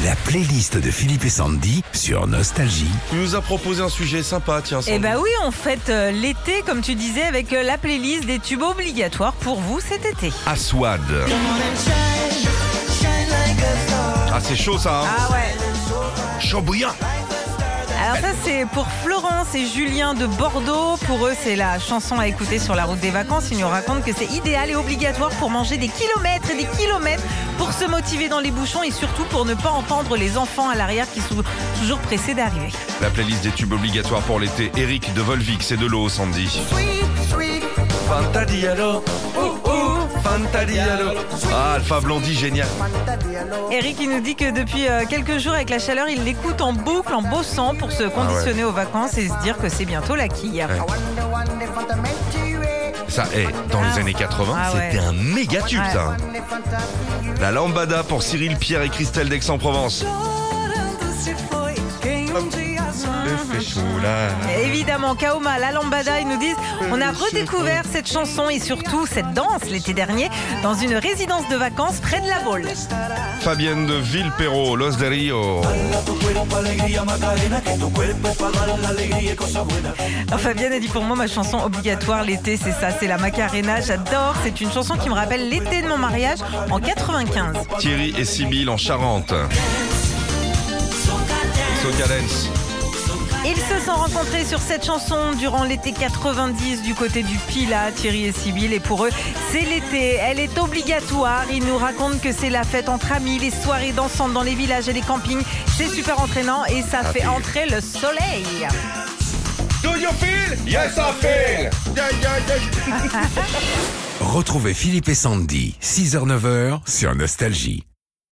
La playlist de Philippe et Sandy sur Nostalgie. Tu nous as proposé un sujet sympa, tiens. Eh bah oui, on fête l'été, comme tu disais, avec la playlist des tubes obligatoires pour vous cet été. Aswad. Ah, c'est chaud ça, hein. Ah ouais. Chaud bouillant. Alors ça c'est pour Florence et Julien de Bordeaux. Pour eux c'est la chanson à écouter sur la route des vacances. Ils nous racontent que c'est idéal et obligatoire pour manger des kilomètres et des kilomètres, pour se motiver dans les bouchons et surtout pour ne pas entendre les enfants à l'arrière qui sont toujours pressés d'arriver. La playlist des tubes obligatoires pour l'été. Eric de Volvic, c'est de l'eau, Sandy. Fanta Diallo. Fanta Diallo. Ah, Alpha Blondie, génial. Eric il nous dit que depuis quelques jours avec la chaleur il l'écoute en boucle, en bossant pour se conditionner aux vacances et se dire que c'est bientôt la quille. Ouais. Ça, dans les années 80, c'était un méga tube, ça. La lambada pour Cyril, Pierre et Christelle d'Aix-en-Provence. Évidemment, Kaoma, la lambada, ils nous disent on a redécouvert cette chanson et surtout cette danse l'été dernier dans une résidence de vacances près de la Baule. Fabienne de Villepéro, Los de Rio. Alors, Fabienne a dit pour moi ma chanson obligatoire l'été c'est ça, c'est la Macarena, j'adore, c'est une chanson qui me rappelle l'été de mon mariage en 95. Thierry et Sybille en Charente. Soca Dance. Ils se sont rencontrés sur cette chanson durant l'été 90 du côté du Pilat, Thierry et Sybille. Et pour eux, c'est l'été. Elle est obligatoire. Ils nous racontent que c'est la fête entre amis, les soirées dansantes dans les villages et les campings. C'est super entraînant et ça fait entrer le soleil. Do you feel? Yes, I feel. Retrouvez Philippe et Sandy, 6h-9h sur Nostalgie.